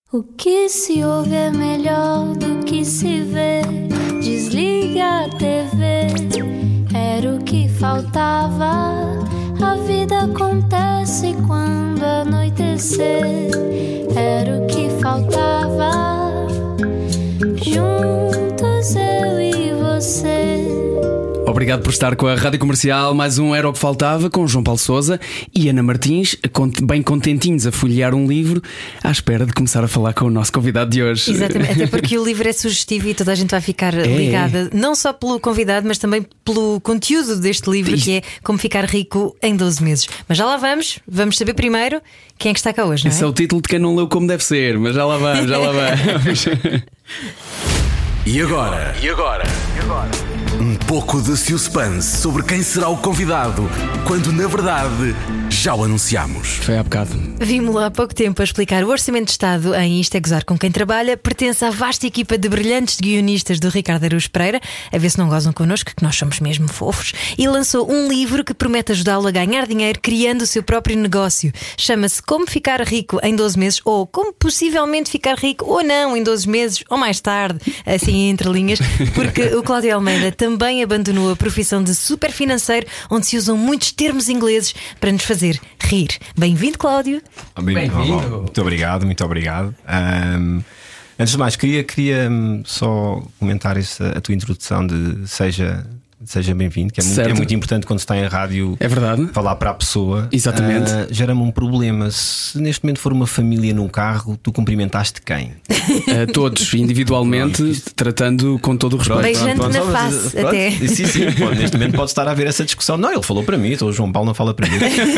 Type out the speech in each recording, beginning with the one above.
O que se ouve é melhor do que se vê. Desliga a TV, era o que faltava. A vida acontece quando anoitecer, era o que faltava. Juntos eu e você. Obrigado por estar com a Rádio Comercial. Mais um Era o que Faltava, com João Paulo Sousa e Ana Martins, bem contentinhos a folhear um livro, à espera de começar a falar com o nosso convidado de hoje. Exatamente, até porque o livro é sugestivo e toda a gente vai ficar ligada, não só pelo convidado, mas também pelo conteúdo deste livro, que é Como Ficar Rico em 12 Meses. Mas já lá vamos saber primeiro quem é que está cá hoje, não é? Esse é o título de quem não leu como deve ser, mas já lá vamos. E agora? Um pouco de suspense sobre quem será o convidado, quando na verdade já o anunciamos. Foi há bocado. Vimos-lo há pouco tempo a explicar o Orçamento de Estado em Isto é Gozar com Quem Trabalha. Pertence à vasta equipa de brilhantes guionistas do Ricardo Araújo Pereira. A ver se não gozam connosco, que nós somos mesmo fofos. E lançou um livro que promete ajudá-lo a ganhar dinheiro criando o seu próprio negócio. Chama-se Como Ficar Rico em 12 Meses, ou Como Possivelmente Ficar Rico ou Não em 12 Meses, ou mais tarde, assim entre linhas. Porque o Cláudio Almeida também abandonou a profissão de super financeiro, onde se usam muitos termos ingleses para nos fazer rir. Bem-vindo, Cláudio. Bem-vindo. Muito obrigado. Antes de mais, queria só comentar a tua introdução de seja bem-vindo, que é muito importante quando se está em rádio. É verdade. Falar para a pessoa. Exatamente. Gera-me um problema. Se neste momento for uma família num carro, tu cumprimentaste quem? Todos, individualmente, tratando com todo o respeito. Beijando na face, até. Sim. Neste momento pode estar a haver essa discussão. Não, ele falou para mim, então o João Paulo não fala para mim.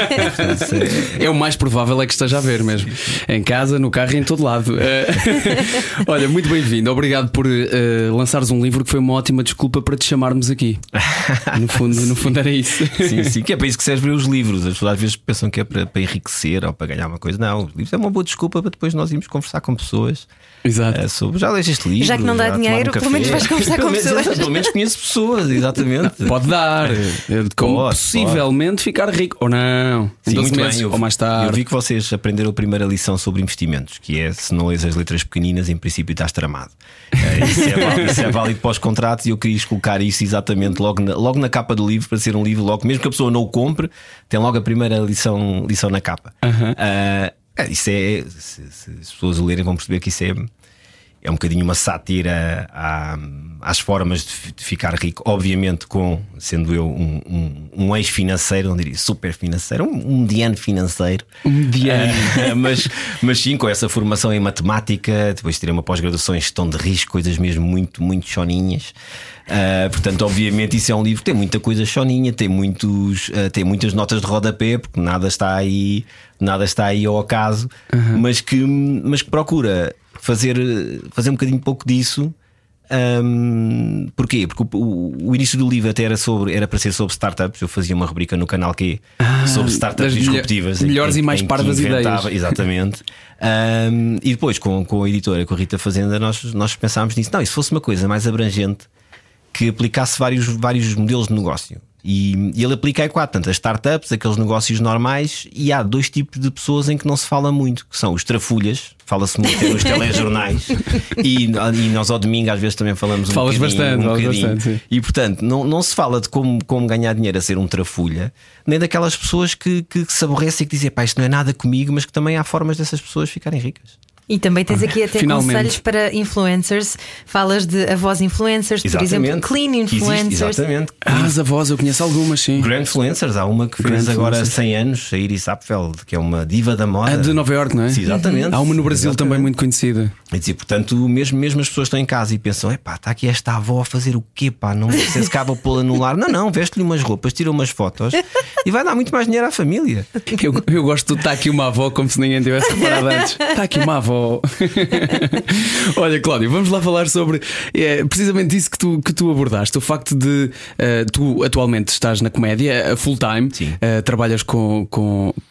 É o mais provável é que esteja a ver mesmo. Em casa, no carro e em todo lado. Olha, muito bem-vindo. Obrigado por lançares um livro que foi uma ótima desculpa para te chamarmos aqui. No fundo era isso. Sim, que é para isso que servem os livros. As pessoas às vezes pensam que é para enriquecer ou para ganhar uma coisa. Não, os livros é uma boa desculpa para depois nós irmos conversar com pessoas. Exato. Sobre, já leste este livro? Já que não dá dinheiro, pelo menos vais conversar com pessoas. Pelo menos conheço pessoas, exatamente. Pode dar. Como possivelmente ficar rico. Ou não. Em 12 meses, ou mais tarde. Eu vi que vocês aprenderam a primeira lição sobre investimentos, que é: se não lês as letras pequeninas, em princípio estás tramado. Isso é válido para os contratos. E eu queria colocar isso exatamente logo na capa do livro, para ser um livro logo, mesmo que a pessoa não o compre, tem logo a primeira lição na capa. Isso é, se as pessoas o lerem vão perceber que isso é um bocadinho uma sátira às formas de ficar rico. Obviamente, sendo eu um ex-financeiro, não diria super financeiro, um mediano financeiro, mas sim, com essa formação em matemática, depois tirei uma pós-graduação em gestão de risco, coisas mesmo muito, muito choninhas. Portanto, obviamente, isso é um livro que tem muita coisa choninha, tem muitas notas de rodapé, porque nada está aí ao acaso, mas que procura fazer um bocadinho pouco disso. Porquê? Porque o início do livro até era para ser sobre startups. Eu fazia uma rubrica no canal Q sobre startups disruptivas, melhores e mais parvas ideias. Exatamente. E depois com a editora, com a Rita Fazenda, nós pensámos nisso. Não, e se fosse uma coisa mais abrangente, que aplicasse vários modelos de negócio. E ele aplica aí 4, tanto as startups, aqueles negócios normais, e há 2 tipos de pessoas em que não se fala muito, que são os trafulhas, fala-se muito nos telejornais, e nós ao domingo às vezes também falamos um bocadinho. Bastante, sim. E portanto não se fala de como ganhar dinheiro a ser um trafulha, nem daquelas pessoas que se aborrecem e que dizem: pá, isto não é nada comigo, mas que também há formas dessas pessoas ficarem ricas. E também tens aqui até conselhos para influencers. Falas de avós influencers, exatamente. Por exemplo, clean influencers. Exatamente. As avós, eu conheço algumas, sim. Grand influencers, há uma que fez agora 100 anos, a Iris Apfel, que é uma diva da moda. De Nova Iorque, não é? Sim, exatamente. Há uma no Brasil também muito conhecida. E dizer, portanto, mesmo as pessoas estão em casa e pensam: epá, está aqui esta avó a fazer o quê, pá? Não sei se cabe a pô-la no lar. Não, veste-lhe umas roupas, tira umas fotos e vai dar muito mais dinheiro à família. Eu gosto de estar aqui uma avó, como se ninguém tivesse reparado antes. Está aqui uma avó. Olha, Cláudio, vamos lá falar sobre precisamente isso que tu abordaste. O facto de tu atualmente estás na comédia full time, trabalhas com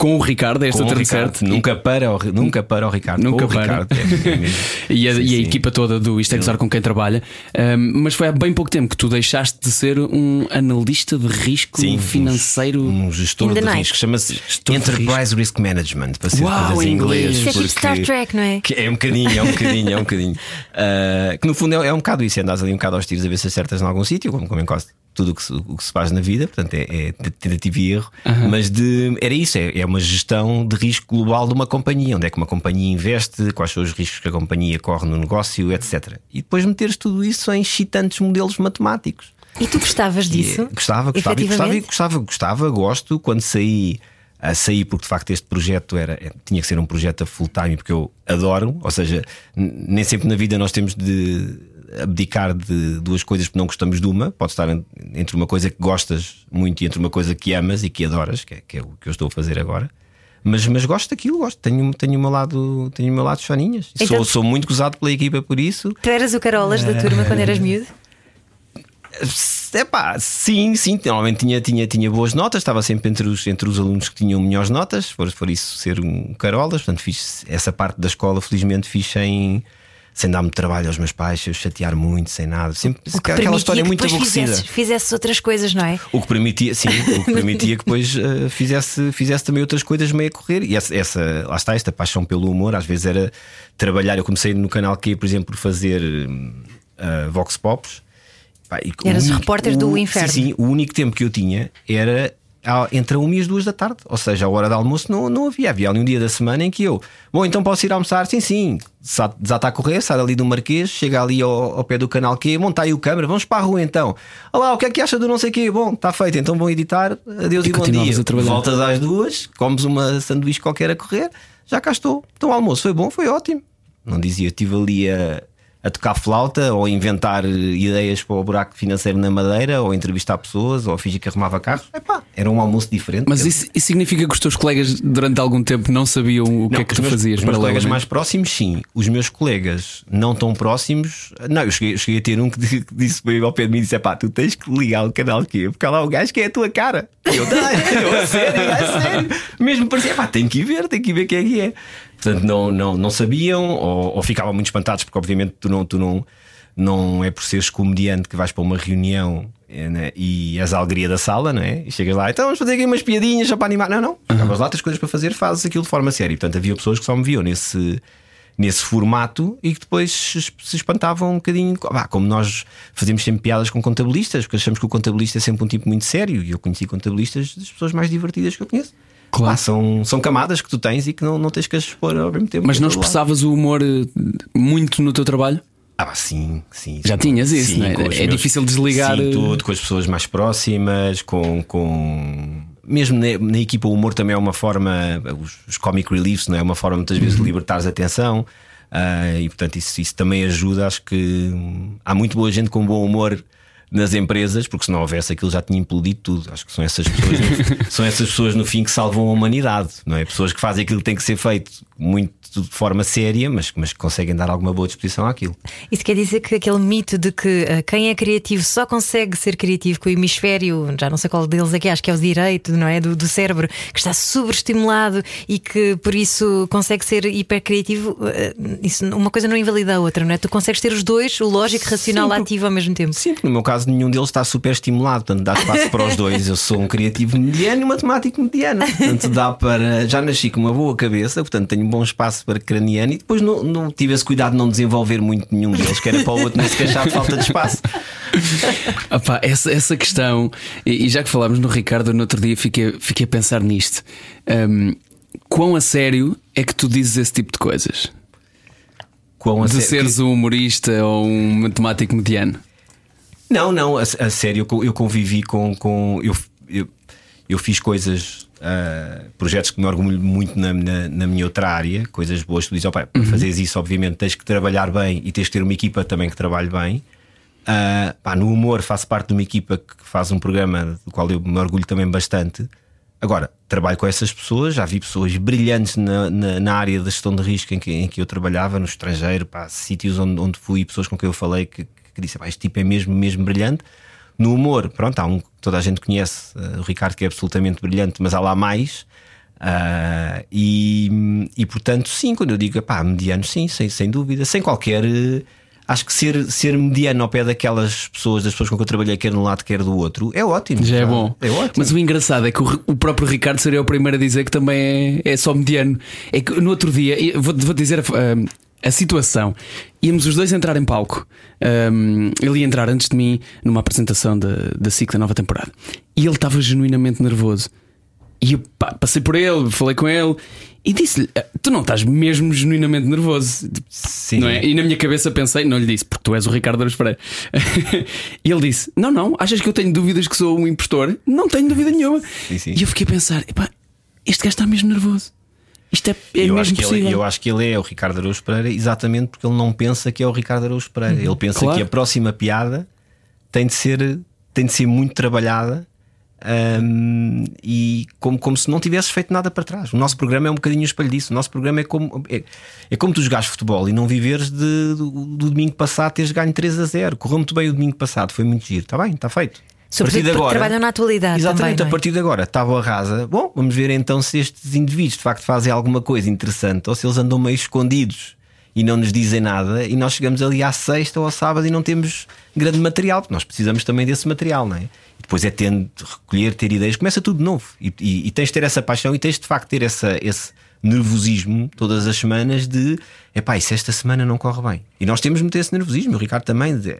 com o Ricardo, é esta termo certo? Nunca para o Ricardo. Nunca com o para. Ricardo. E a equipa toda do Isto é Gozar com quem trabalha. Mas foi há bem pouco tempo que tu deixaste de ser um analista de risco financeiro. Um gestor de risco. Chama-se Enterprise Risk Management, para ser coisas em inglês. Isso é tipo Star Trek, não é? É um bocadinho. Que no fundo é um bocado isso, andas ali um bocado aos tiros a ver se acertas em algum sítio, como em quase tudo o que se faz na vida, portanto é tentativa e erro. Mas era isso, é uma gestão de risco global de uma companhia, onde é que uma companhia investe, quais são os riscos que a companhia corre no negócio, etc. E depois meteres tudo isso em excitantes modelos matemáticos. E tu gostavas disso? Gostava, gosto. Quando saí porque de facto este projeto tinha que ser um projeto a full time, porque eu adoro, ou seja, nem sempre na vida nós temos de abdicar de duas coisas porque não gostamos de uma. Pode estar entre uma coisa que gostas muito e entre uma coisa que amas e que adoras, que é o que eu estou a fazer agora. Mas gosto daquilo, tenho o meu lado choninhas. Então, sou muito gozado pela equipa por isso. Tu eras o Carolas da turma quando eras miúdo? Sim, normalmente tinha boas notas, estava sempre entre os alunos que tinham melhores notas, por isso ser um Carolas. Portanto, fiz essa parte da escola, felizmente fiz sem dar muito trabalho aos meus pais, sem os chatear muito, sem nada. Sempre aquela história muito aborrecida. Fizesse outras coisas, não é? O que permitia que depois fizesse também outras coisas meio a correr. E lá está, esta paixão pelo humor, às vezes era trabalhar. Eu comecei no Canal Q, por exemplo, por fazer Vox Pops. Eras o repórter do Inferno. Sim, o único tempo que eu tinha era entre a 1 e as 2 da tarde. Ou seja, a hora de almoço não havia. Havia ali um dia da semana em que então posso ir almoçar? Sim. Já está a correr, sai ali do Marquês, chega ali ao pé do Canal Q, monta aí o câmera, vamos para a rua então. Olá, o que é que acha do não sei o quê? Bom, está feito, então vão editar. Adeus e bom dia. Voltas às 2, comes uma sanduíche qualquer a correr, já cá estou. Então o almoço foi bom, foi ótimo. Não dizia, estive ali a tocar flauta, ou inventar ideias para o buraco financeiro na Madeira, ou entrevistar pessoas, ou fingir que arrumava carros. Era um almoço diferente. Mas isso significa que os teus colegas durante algum tempo não sabiam o que é que tu fazias? Os meus colegas mais próximos, sim. Os meus colegas não tão próximos, não. Eu cheguei a ter um que disse ao pé de mim e disse: tu tens que ligar o Canal Q, porque há lá um gajo que é a tua cara. Eu a sério. Mesmo parecia, tenho que ir ver quem é que é. Portanto, não sabiam, ou ficavam muito espantados, porque obviamente tu não é por seres comediante que vais para uma reunião, né, e és a alegria da sala, não é? E chegas lá, então vamos fazer aqui umas piadinhas só para animar. Não. Ficavas lá, tens coisas para fazer, fazes aquilo de forma séria. E, portanto, havia pessoas que só me viam nesse formato e que depois se espantavam um bocadinho. Como nós fazemos sempre piadas com contabilistas, porque achamos que o contabilista é sempre um tipo muito sério, e eu conheci contabilistas das pessoas mais divertidas que eu conheço. Claro. São camadas que tu tens e que não tens que as expor ao mesmo tempo. Mas não expressavas o humor muito no teu trabalho? Sim. Já tinhas isso, não é? É difícil desligar. Sim, tudo com as pessoas mais próximas, mesmo na equipa. O humor também é uma forma, os comic reliefs, não é? Uma forma muitas vezes de libertares a atenção, e portanto isso também ajuda. Acho que há muito boa gente com bom humor nas empresas, porque se não houvesse aquilo já tinha implodido tudo. Acho que são essas pessoas no fim que salvam a humanidade, não é? Pessoas que fazem aquilo que tem que ser feito muito de forma séria, mas que conseguem dar alguma boa disposição àquilo. Isso quer dizer que aquele mito de que quem é criativo só consegue ser criativo com o hemisfério, já não sei qual deles é que acho que é o direito, não é? Do cérebro, que está sobreestimulado e que por isso consegue ser hipercriativo. Isso, uma coisa não invalida a outra, não é? Tu consegues ter os dois, o lógico e racional ativo ao mesmo tempo. Sim, no meu caso nenhum deles está super estimulado, portanto dá espaço para os dois. Eu sou um criativo mediano e um matemático mediano, portanto dá para. Já nasci com uma boa cabeça, portanto tenho um bom espaço para craniano, e depois não tive esse cuidado de não desenvolver muito nenhum deles, que era para o outro não se queixar de falta de espaço. Essa questão, e já que falámos no Ricardo no outro dia, fiquei a pensar nisto. Quão a sério é que tu dizes esse tipo de coisas? De seres um humorista ou um matemático mediano? Não, a sério, eu convivi com eu fiz coisas, projetos que me orgulho muito na minha outra área, coisas boas. Tu dizes, para fazeres isso, obviamente tens que trabalhar bem e tens que ter uma equipa também que trabalhe bem. No humor faço parte de uma equipa que faz um programa do qual eu me orgulho também bastante. Agora, trabalho com essas pessoas, já vi pessoas brilhantes na área da gestão de risco em que eu trabalhava, no estrangeiro, sítios onde fui, pessoas com quem eu falei que disse, este tipo é mesmo brilhante. No humor, pronto, há um que toda a gente conhece, o Ricardo, que é absolutamente brilhante, mas há lá mais. E portanto, sim, quando eu digo mediano, sim, sem dúvida, sem qualquer. Acho que ser mediano ao pé das pessoas com que eu trabalhei, quer de um lado, quer do outro, é ótimo. Já é bom. É ótimo. Mas o engraçado é que o próprio Ricardo seria o primeiro a dizer que também é só mediano. É que no outro dia, vou dizer a situação. Íamos os dois entrar em palco. Ele ia entrar antes de mim numa apresentação da SIC da nova temporada. E ele estava genuinamente nervoso. E eu passei por ele, falei com ele e disse-lhe: tu não estás mesmo genuinamente nervoso? Sim. Não é? E na minha cabeça pensei, não lhe disse, porque tu és o Ricardo Araújo Pereira. E ele disse: não, achas que eu tenho dúvidas que sou um impostor? Não tenho dúvida nenhuma. Sim. E eu fiquei a pensar: este gajo está mesmo nervoso. Isto é mesmo possível. Eu acho que ele é o Ricardo Araújo Pereira exatamente porque ele não pensa que é o Ricardo Araújo Pereira. Ele pensa que a próxima piada tem de ser muito trabalhada. E como se não tivesses feito nada para trás. O nosso programa é um bocadinho o espelho disso. O nosso programa é como tu jogares futebol e não viveres do domingo passado teres ganho 3-0. Correu muito bem o domingo passado, foi muito giro. Está bem, está feito. Sobretudo porque trabalham na atualidade. Exatamente, também, a partir de agora tábua rasa. Bom, vamos ver então se estes indivíduos de facto fazem alguma coisa interessante ou se eles andam meio escondidos e não nos dizem nada. E nós chegamos ali à sexta ou ao sábado e não temos grande material, porque nós precisamos também desse material, não é? E depois é tendo de recolher, ter ideias, começa tudo de novo. E tens de ter essa paixão e tens de facto ter esse nervosismo todas as semanas de e se esta semana não corre bem. E nós temos de meter esse nervosismo. O Ricardo também de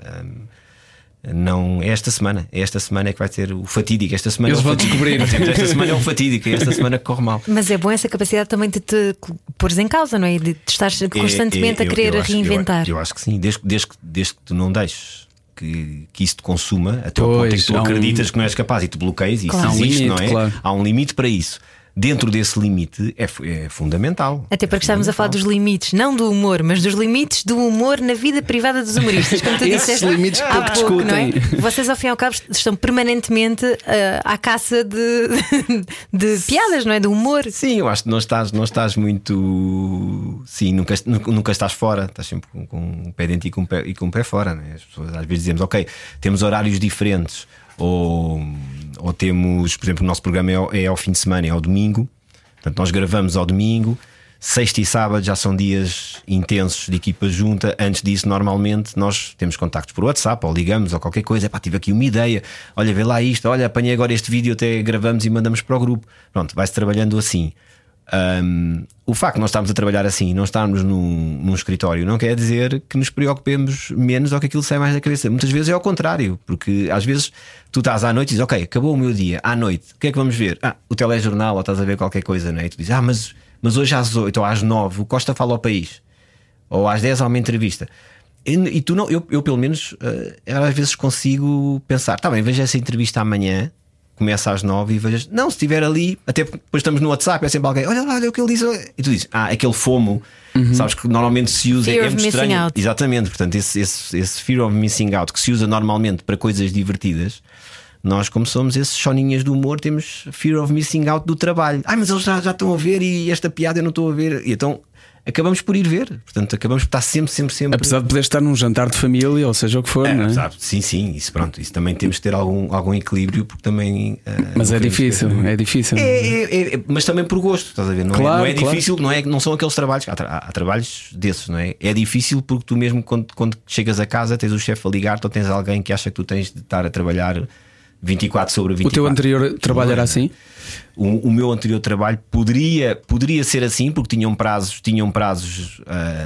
não, é esta semana é que vai ter o fatídico. Esta semana eles vão descobrir. Esta semana é o fatídico, esta semana que corre mal. Mas é bom essa capacidade também de te pôres em causa, não é? De estar constantemente a querer reinventar. Eu acho que sim, desde que tu não deixes que isso te consuma até ao ponto em que tu acreditas que não és capaz e tu bloqueias, e isso existe, não é? Claro. Há um limite para isso. Dentro desse limite é fundamental. Até porque estávamos a falar dos limites, não do humor, mas dos limites do humor na vida privada dos humoristas. Como tu disseste, limites há pouco, discutem. não é? Vocês, ao fim e ao cabo, estão permanentemente à caça de piadas, não é? Do humor. Sim, eu acho que não estás muito. Sim, nunca estás fora. Estás sempre com um pé dentro e com um pé fora, não é? As pessoas às vezes dizemos, ok, temos horários diferentes. Ou temos, por exemplo, o nosso programa é ao fim de semana, é ao domingo. Portanto, nós gravamos ao domingo. Sexta e sábado já são dias intensos de equipa junta. Antes disso, normalmente, nós temos contactos por WhatsApp, ou ligamos, ou qualquer coisa. Tive aqui uma ideia, olha, vê lá isto, olha, apanhei agora este vídeo, até gravamos e mandamos para o grupo. Pronto, vai-se trabalhando assim. O facto de nós estarmos a trabalhar assim e não estarmos num escritório não quer dizer que nos preocupemos menos ou que aquilo sai mais da cabeça. Muitas vezes é ao contrário, porque às vezes tu estás à noite e dizes, ok, acabou o meu dia, à noite, o que é que vamos ver? O telejornal, ou estás a ver qualquer coisa, não é? E tu dizes, mas hoje às 8 ou às 9 o Costa fala ao país, ou às 10 há uma entrevista. E tu não, eu pelo menos às vezes consigo pensar, tá bem, veja essa entrevista amanhã. Começa às 9 e vejas. Não, se estiver ali, até depois estamos no WhatsApp, é sempre alguém, olha o que ele diz. E tu dizes, aquele FOMO, sabes que normalmente se usa, fear é muito estranho. Out. Exatamente, portanto, esse fear of missing out que se usa normalmente para coisas divertidas. Nós, como somos esses choninhas do humor, temos fear of missing out do trabalho. Mas eles já estão a ver e esta piada eu não estou a ver. E então acabamos por ir ver. Portanto, acabamos por estar sempre. Apesar de poder estar num jantar de família, ou seja o que for, não é? Sabe? Sim, isso pronto. Isso também temos de ter algum equilíbrio, porque também. Mas é difícil, é difícil. Mas também por gosto, estás a ver? Não é difícil, não são aqueles trabalhos. Há trabalhos desses, não é? É difícil porque tu mesmo quando chegas a casa tens o chefe a ligar-te ou tens alguém que acha que tu tens de estar a trabalhar 24/24. O teu anterior trabalho era assim? O meu anterior trabalho poderia ser assim, porque tinham prazos de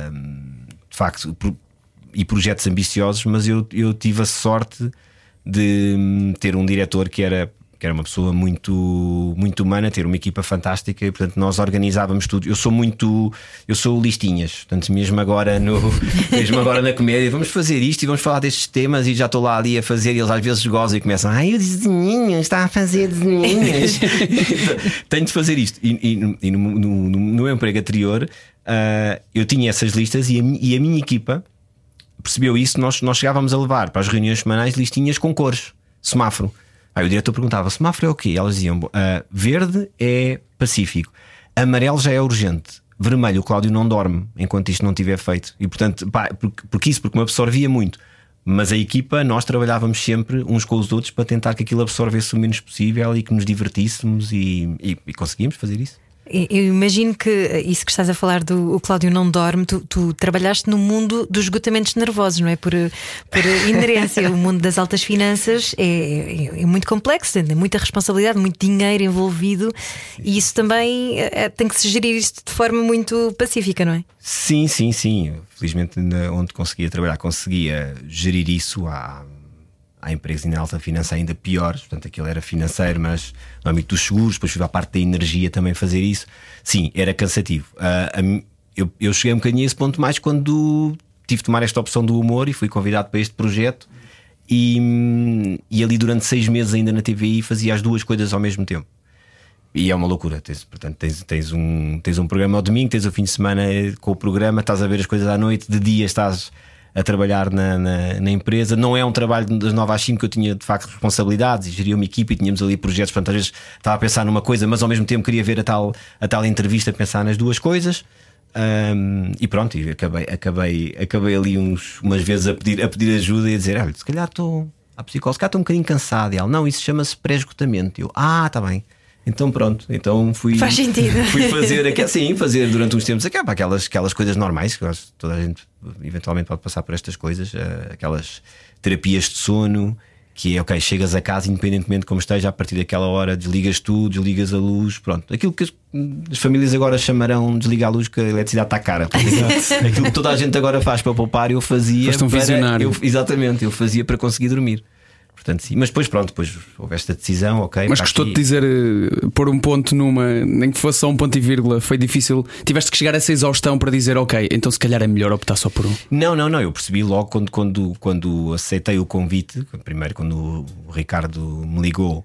facto e projetos ambiciosos, mas eu tive a sorte de ter um diretor que era uma pessoa muito, muito humana, ter uma equipa fantástica e portanto nós organizávamos tudo. Eu sou listinhas, portanto mesmo agora na comédia vamos fazer isto e vamos falar destes temas e já estou lá ali a fazer e eles às vezes gozam e começam, o desenhinho, está a fazer desenhinhos. Tenho de fazer isto e no meu emprego anterior eu tinha essas listas e a minha equipa percebeu isso. Nós chegávamos a levar para as reuniões semanais listinhas com cores, semáforo. Aí o diretor perguntava, semáforo é o quê? Elas diziam, verde é pacífico, amarelo já é urgente, vermelho o Cláudio não dorme enquanto isto não tiver feito. E portanto, porque me absorvia muito. Mas a equipa, nós trabalhávamos sempre uns com os outros para tentar que aquilo absorvesse o menos possível e que nos divertíssemos e conseguimos fazer isso. Eu imagino que isso que estás a falar do o Cláudio não dorme, tu trabalhaste no mundo dos esgotamentos nervosos, não é? Por inerência. O mundo das altas finanças é muito complexo, tem muita responsabilidade, muito dinheiro envolvido. E isso também tem que se gerir isto de forma muito pacífica, não é? Sim. Felizmente, onde conseguia trabalhar, conseguia gerir isso. Há empresas na alta finança ainda piores. Portanto, aquilo era financeiro, mas no âmbito dos seguros, depois fui à parte da energia também fazer isso. Sim, era cansativo. Eu cheguei um bocadinho a esse ponto mais quando tive de tomar esta opção do humor e fui convidado para este projeto. E ali durante 6 meses ainda na TVI fazia as duas coisas ao mesmo tempo. E é uma loucura. Tens um programa ao domingo, tens o fim de semana com o programa, estás a ver as coisas à noite, de dia estás a trabalhar na empresa. Não é um trabalho das 9 às 5 que eu tinha de facto responsabilidades e geria uma equipe e tínhamos ali projetos. Portanto, às vezes estava a pensar numa coisa, mas ao mesmo tempo queria ver a tal entrevista, pensar nas duas coisas. E pronto, e acabei ali umas vezes a pedir ajuda e a dizer: olha, se calhar estou à psicóloga, se calhar estou um bocadinho cansado. E ela: não, isso chama-se pré-esgotamento. Eu: está bem. Então pronto, faz sentido. Fui fazer durante uns tempos aquelas coisas normais que toda a gente eventualmente pode passar por estas coisas, aquelas terapias de sono, que é ok, chegas a casa independentemente de como esteja, a partir daquela hora desligas tudo, desligas a luz, pronto, aquilo que as famílias agora chamarão desligar a luz, que a eletricidade está cara. Aquilo que toda a gente agora faz para poupar, eu fazia exatamente, eu fazia para conseguir dormir. Portanto, sim. Mas depois houve esta decisão, ok. Mas gostou de dizer, pôr um ponto nem que fosse só um ponto e vírgula, foi difícil? Tiveste que chegar a essa exaustão para dizer: ok, então se calhar é melhor optar só por um? Não, eu percebi logo quando aceitei o convite. Primeiro, quando o Ricardo me ligou,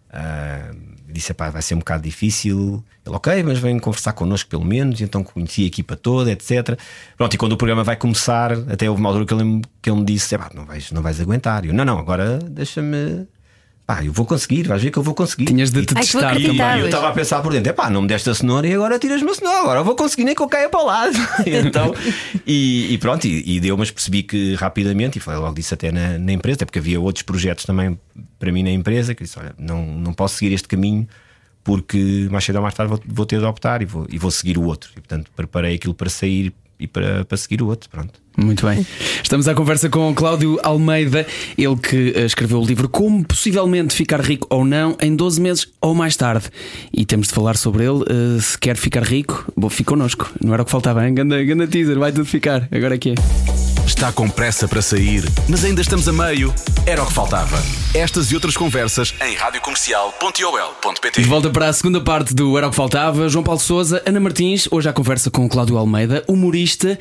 disse: vai ser um bocado difícil. Ele: ok, mas vem conversar connosco pelo menos. E então conheci a equipa toda, etc. Pronto, e quando o programa vai começar, até houve uma altura que ele me disse: não vais aguentar. Eu: não, agora deixa-me. Eu vou conseguir, vais ver que eu vou conseguir. Tinhas de te testar também. Eu estava a pensar por dentro: não me deste a cenoura e agora tiras-me a cenoura. Agora eu vou conseguir, nem que eu caia para o lado. Então, e pronto, e deu, mas percebi que rapidamente, e falei logo disso até na empresa, até porque havia outros projetos também para mim na empresa, que disse: olha, não posso seguir este caminho, porque mais cedo ou mais tarde vou ter de optar e vou seguir o outro. E portanto preparei aquilo para sair e para seguir o outro. Pronto. Muito bem. Estamos à conversa com o Cláudio Almeida, ele que escreveu o livro Como Possivelmente Ficar Rico ou Não em 12 meses ou mais tarde. E temos de falar sobre ele. Se quer ficar rico, fique connosco. Não era o que faltava, hein? Ganda teaser, vai tudo ficar. Agora aqui é. Está com pressa para sair, mas ainda estamos a meio? Era o que faltava. Estas e outras conversas em radiocomercial.ol.pt. De volta para a segunda parte do Era o que Faltava. João Paulo Sousa, Ana Martins, hoje à conversa com o Cláudio Almeida, humorista,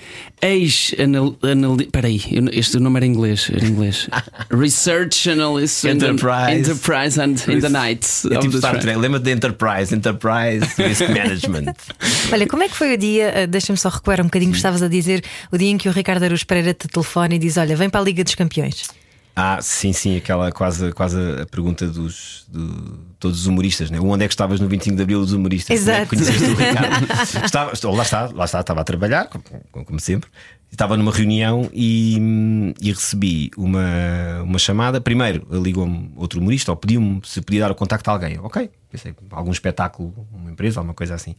Peraí, este nome era inglês. Research Analyst Enterprise and in the Night. É tipo Star Trek, lembra-te de Enterprise Risk Management. Olha, como é que foi o dia? Deixa-me só recuar um bocadinho. Estavas a dizer o dia em que o Ricardo Araújo Pereira te telefona e diz: olha, vem para a Liga dos Campeões. Sim, aquela quase a pergunta de todos os humoristas, né? Onde é que estavas no 25 de Abril dos humoristas? Exato. Conheceste o Ricardo? Lá está, estava a trabalhar, como sempre. Estava numa reunião e recebi uma chamada. Primeiro ligou-me outro humorista, ou pediu-me se podia dar o contacto a alguém. Ok, pensei, algum espetáculo, uma empresa, alguma coisa assim.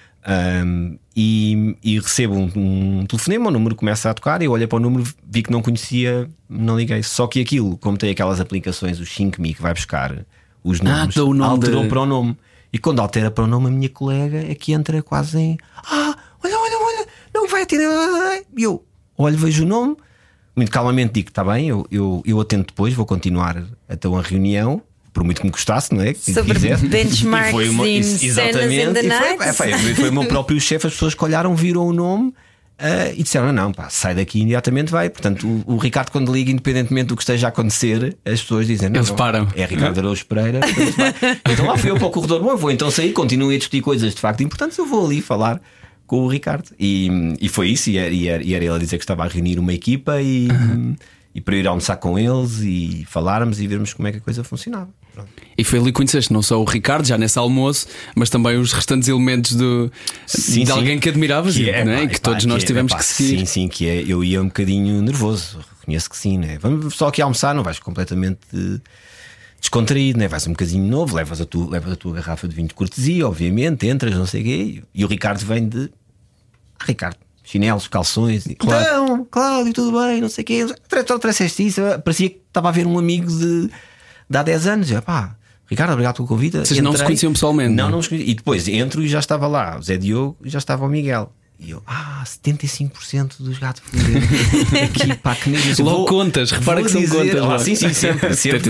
E recebo um telefonema, o número começa a tocar. Eu olhei para o número, vi que não conhecia, não liguei. Só que aquilo, como tem aquelas aplicações, o Sync.me, que vai buscar os nomes, alterou para o nome. E quando altera para o nome, a minha colega é que entra quase em: olha, não vai atirar. E eu olho, vejo o nome, muito calmamente digo: está bem, eu atendo depois, vou continuar até uma reunião. Por muito que me gostasse, não é? Sobre benchmarks e cenas in the night. Foi o meu próprio chefe, as pessoas que olharam, viram o nome e disseram: não, sai daqui imediatamente, vai. Portanto, o Ricardo, quando liga, independentemente do que esteja a acontecer, as pessoas dizem: eles param. É Ricardo Araújo Pereira. Então lá fui eu para o corredor: bom, vou então sair, continuo a discutir coisas de facto importantes, eu vou ali falar com o Ricardo. E foi isso, e era ele a dizer que estava a reunir uma equipa e para ir almoçar com eles e falarmos e vermos como é que a coisa funcionava. E foi ali que conheceste não só o Ricardo, já nesse almoço, mas também os restantes elementos de alguém que admiravas, não é? E que todos nós tivemos que seguir. Sim, que é. Eu ia um bocadinho nervoso, reconheço que sim, né? Vamos só aqui almoçar, não vais completamente descontraído, né? Vais um bocadinho novo, levas a tua garrafa de vinho de cortesia, obviamente, entras, não sei o quê, e o Ricardo vem de Ricardo, chinelos, calções, e, então, Cláudio, tudo bem, não sei o quê, trouxeste isso, parecia que estava a ver um amigo de há 10 anos, Ricardo, obrigado pelo convite. Vocês não se conheciam pessoalmente? Não nos conheciam. E depois entro e já estava lá o Zé Diogo e já estava o Miguel. E eu, 75% dos gatos fedorentos aqui, pá, que nem logo contas, repara que são contas. Sim, sempre.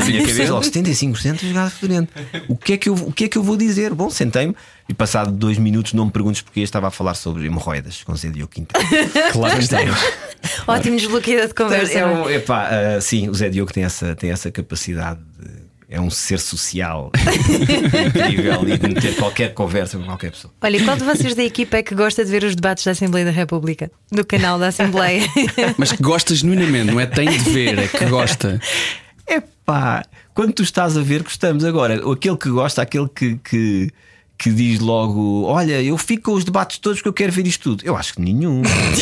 75% dos gatos fedorentos. O que é que eu vou dizer? Bom, sentei-me e passado 2 minutos não me perguntes porque estava a falar sobre hemorroidas com o Zé Diogo Quinta. Claro que estamos. Ótimo desbloqueio de conversa. Sim, o Zé Diogo tem essa capacidade é um ser social incrível e de meter qualquer conversa com qualquer pessoa. Olha, e qual de vocês da equipa é que gosta de ver os debates da Assembleia da República? No canal da Assembleia? Mas que gosta genuinamente, não é tem de ver, é que gosta. Quando tu estás a ver, gostamos. Agora, aquele que gosta, aquele que diz logo: olha, eu fico com os debates todos porque eu quero ver isto tudo. Eu acho que nenhum.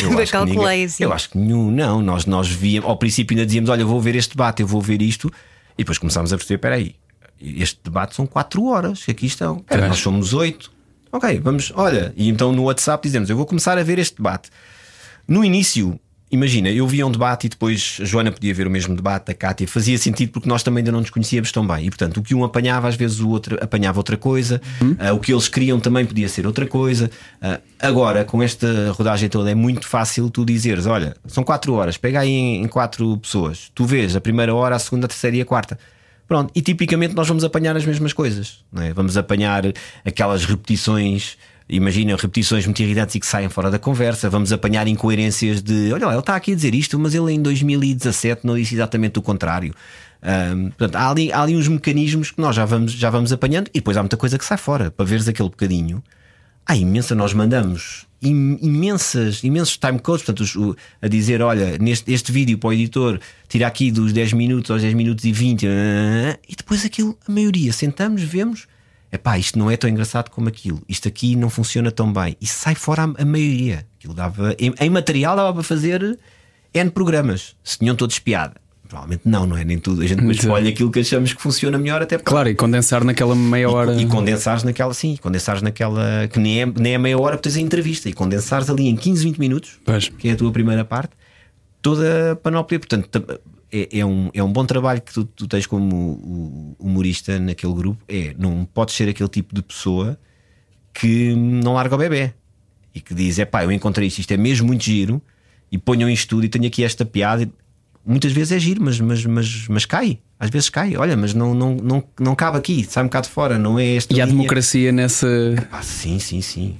Eu acho que nenhum. Não, nós víamos, ao princípio ainda dizíamos: olha, vou ver este debate, eu vou ver isto. E depois começámos a perceber: espera aí, este debate são 4 horas que aqui estão. Nós somos 8. Ok, vamos, olha. E então no WhatsApp dizemos: eu vou começar a ver este debate. No início, imagina, eu via um debate e depois a Joana podia ver o mesmo debate, a Cátia. Fazia sentido porque nós também ainda não nos conhecíamos tão bem. E portanto, o que um apanhava, às vezes o outro apanhava outra coisa. O que eles queriam também podia ser outra coisa. Agora, com esta rodagem toda, é muito fácil tu dizeres: olha, são 4 horas, pega aí em 4 pessoas. Tu vês a primeira hora, a segunda, a terceira e a quarta. Pronto, e tipicamente nós vamos apanhar as mesmas coisas, não é? Vamos apanhar aquelas repetições. Imagina repetições muito irritantes e que saem fora da conversa. Vamos apanhar incoerências de: olha lá, ele está aqui a dizer isto, mas ele em 2017 não disse exatamente o contrário. Portanto, há ali uns mecanismos que nós já vamos apanhando. E depois há muita coisa que sai fora. Para veres aquele bocadinho, nós mandamos imensos timecodes, portanto, a dizer: olha, este vídeo para o editor tira aqui dos 10 minutos aos 10 minutos e 20. E depois aquilo, a maioria, sentamos, vemos: isto não é tão engraçado como aquilo, isto aqui não funciona tão bem. E sai fora a maioria. Aquilo dava, em material dava para fazer N programas. Se tinham todos piada. Provavelmente não é nem tudo. A gente depois escolhe aquilo que achamos que funciona melhor até porque... Claro, e condensar naquela meia hora. E condensares naquela, que nem é meia hora porque tens a entrevista. E condensares ali em 15, 20 minutos, que é a tua primeira parte, toda a panóplia. Portanto, é um bom trabalho que tu tens como humorista naquele grupo. Não podes ser aquele tipo de pessoa que não larga o bebê e que diz: eu encontrei isto é mesmo muito giro, e ponham isto tudo e tenho aqui esta piada. Muitas vezes é giro, mas cai. Às vezes cai, olha, mas não cabe aqui, sai um bocado fora, não é esta. E linha. Há democracia nessa. Sim.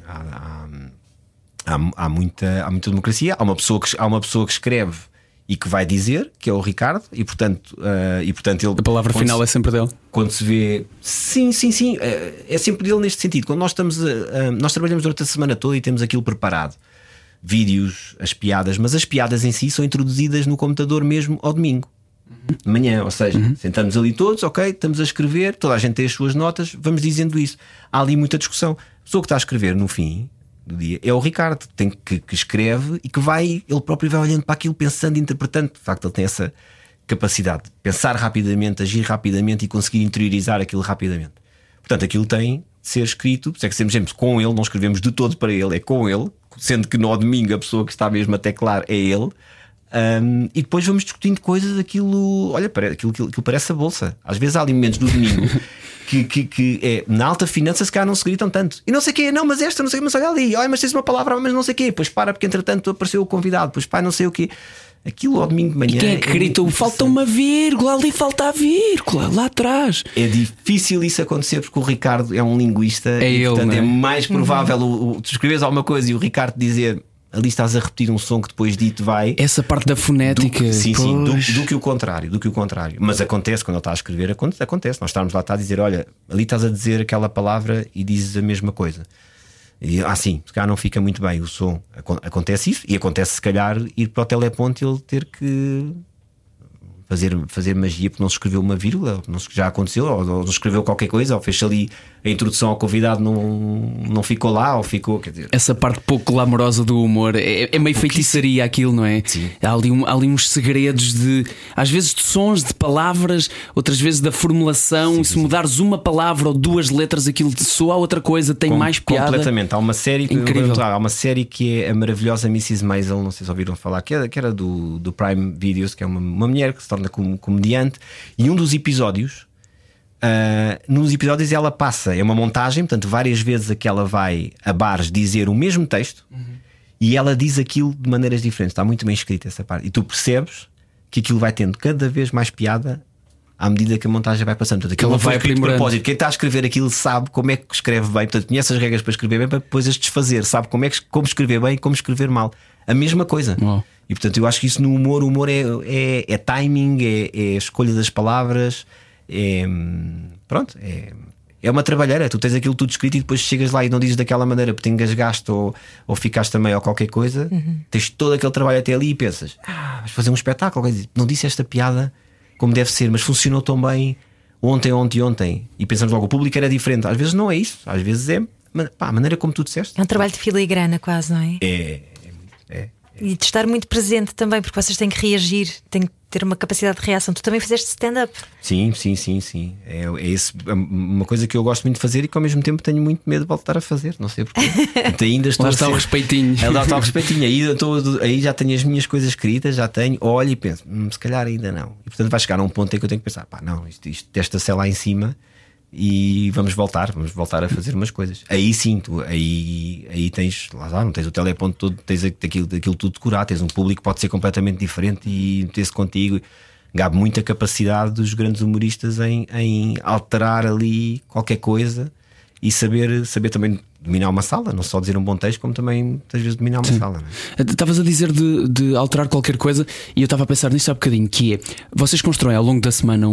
Há muita democracia. Há uma pessoa que escreve e que vai dizer, que é o Ricardo, e portanto ele, a palavra final é sempre dele. Quando se vê, sim, é sempre dele neste sentido. Quando nós trabalhamos durante a semana toda e temos aquilo preparado, vídeos, as piadas, mas as piadas em si são introduzidas no computador mesmo ao domingo de manhã, ou seja, sentamos ali todos, ok, estamos a escrever, toda a gente tem as suas notas, vamos dizendo isso. Há ali muita discussão. A pessoa que está a escrever no fim do dia é o Ricardo, que escreve e que ele próprio vai olhando para aquilo, pensando, interpretando. De facto, ele tem essa capacidade de pensar rapidamente, agir rapidamente e conseguir interiorizar aquilo rapidamente. Portanto, aquilo tem de ser escrito, por isso é que sempre com ele, não escrevemos de todo para ele, é com ele, sendo que no domingo a pessoa que está mesmo a teclar é ele. E depois vamos discutindo coisas, aquilo parece a bolsa. Às vezes há ali momentos do domingo que na alta finança se calhar não se gritam tanto. E não sei o quê, não, mas esta, não sei o quê, mas olha ali, mas tens uma palavra, mas não sei o quê. Depois porque entretanto apareceu o convidado, depois não sei o quê. Aquilo ao domingo de manhã. E quem é que gritou? Falta uma vírgula, ali falta a vírgula, lá atrás. É difícil isso acontecer porque o Ricardo é um linguista portanto é mais provável tu escreves alguma coisa e o Ricardo dizer: ali estás a repetir um som que depois dito vai. Essa parte da fonética. Do que o contrário. Mas acontece quando ele está a escrever, acontece. Nós estarmos lá, está a dizer: olha, ali estás a dizer aquela palavra e dizes a mesma coisa. E sim, se calhar não fica muito bem o som. Acontece isso, e acontece se calhar ir para o teleponto e ele ter que fazer magia porque não se escreveu uma vírgula, já aconteceu, ou não escreveu qualquer coisa, ou fez ali a introdução ao convidado, não ficou lá, ou ficou. Quer dizer, essa parte pouco glamourosa do humor é meio feitiçaria aquilo, não é? Sim. Há ali uns segredos às vezes de sons, de palavras, outras vezes da formulação. E se mudares uma palavra ou duas letras, aquilo soa a outra coisa, tem mais piada. Completamente. Há uma série incrível. Há uma série que é a maravilhosa Mrs. Maisel, não sei se ouviram falar, que era do Prime Videos, que é uma mulher que se torna comediante, e um dos episódios. Nos episódios ela passa, é uma montagem, portanto, várias vezes a que ela vai a bares dizer o mesmo texto, e ela diz aquilo de maneiras diferentes. Está muito bem escrita essa parte, e tu percebes que aquilo vai tendo cada vez mais piada à medida que a montagem vai passando. Portanto, aquilo ela não foi vai escrito de aprimorando. propósito. Quem está a escrever aquilo sabe como é que escreve bem, portanto, conhece as regras para escrever bem, para depois as desfazer, sabe como escrever bem e como escrever mal. A mesma coisa. Uau. E portanto, eu acho que isso no humor, o humor é timing, é a escolha das palavras. Pronto, é uma trabalheira. Tu tens aquilo tudo escrito e depois chegas lá e não dizes daquela maneira porque te engasgaste ou ficaste também ou qualquer coisa. Tens todo aquele trabalho até ali e pensas: vais fazer um espetáculo, não disse esta piada como deve ser, mas funcionou tão bem ontem. E pensamos logo, o público era diferente. Às vezes não é isso, às vezes é a maneira como tu disseste. É um trabalho de filigrana quase, não é? É. E de estar muito presente também, porque vocês têm que reagir, têm que ter uma capacidade de reação. Tu também fizeste stand-up. Sim. É uma coisa que eu gosto muito de fazer e que ao mesmo tempo tenho muito medo de voltar a fazer. Não sei porquê. Então, ainda estou Lá está o respeitinho. Lá está o respeitinho. Aí já tenho as minhas coisas escritas, já tenho. Olho e penso, se calhar ainda não. E portanto vai chegar a um ponto em que eu tenho que pensar: não, isto testa-se lá em cima. E vamos voltar a fazer umas coisas. Aí sim, aí tens, lá está, não tens o teleponto todo, tens aquilo tudo decorado, tens um público que pode ser completamente diferente e meter-se contigo. Gabe muita capacidade dos grandes humoristas em alterar ali qualquer coisa e saber também dominar uma sala, não só dizer um bom texto, como também às vezes dominar uma sala. Estavas a dizer de alterar qualquer coisa e eu estava a pensar nisto há bocadinho, que é: vocês constroem ao longo da semana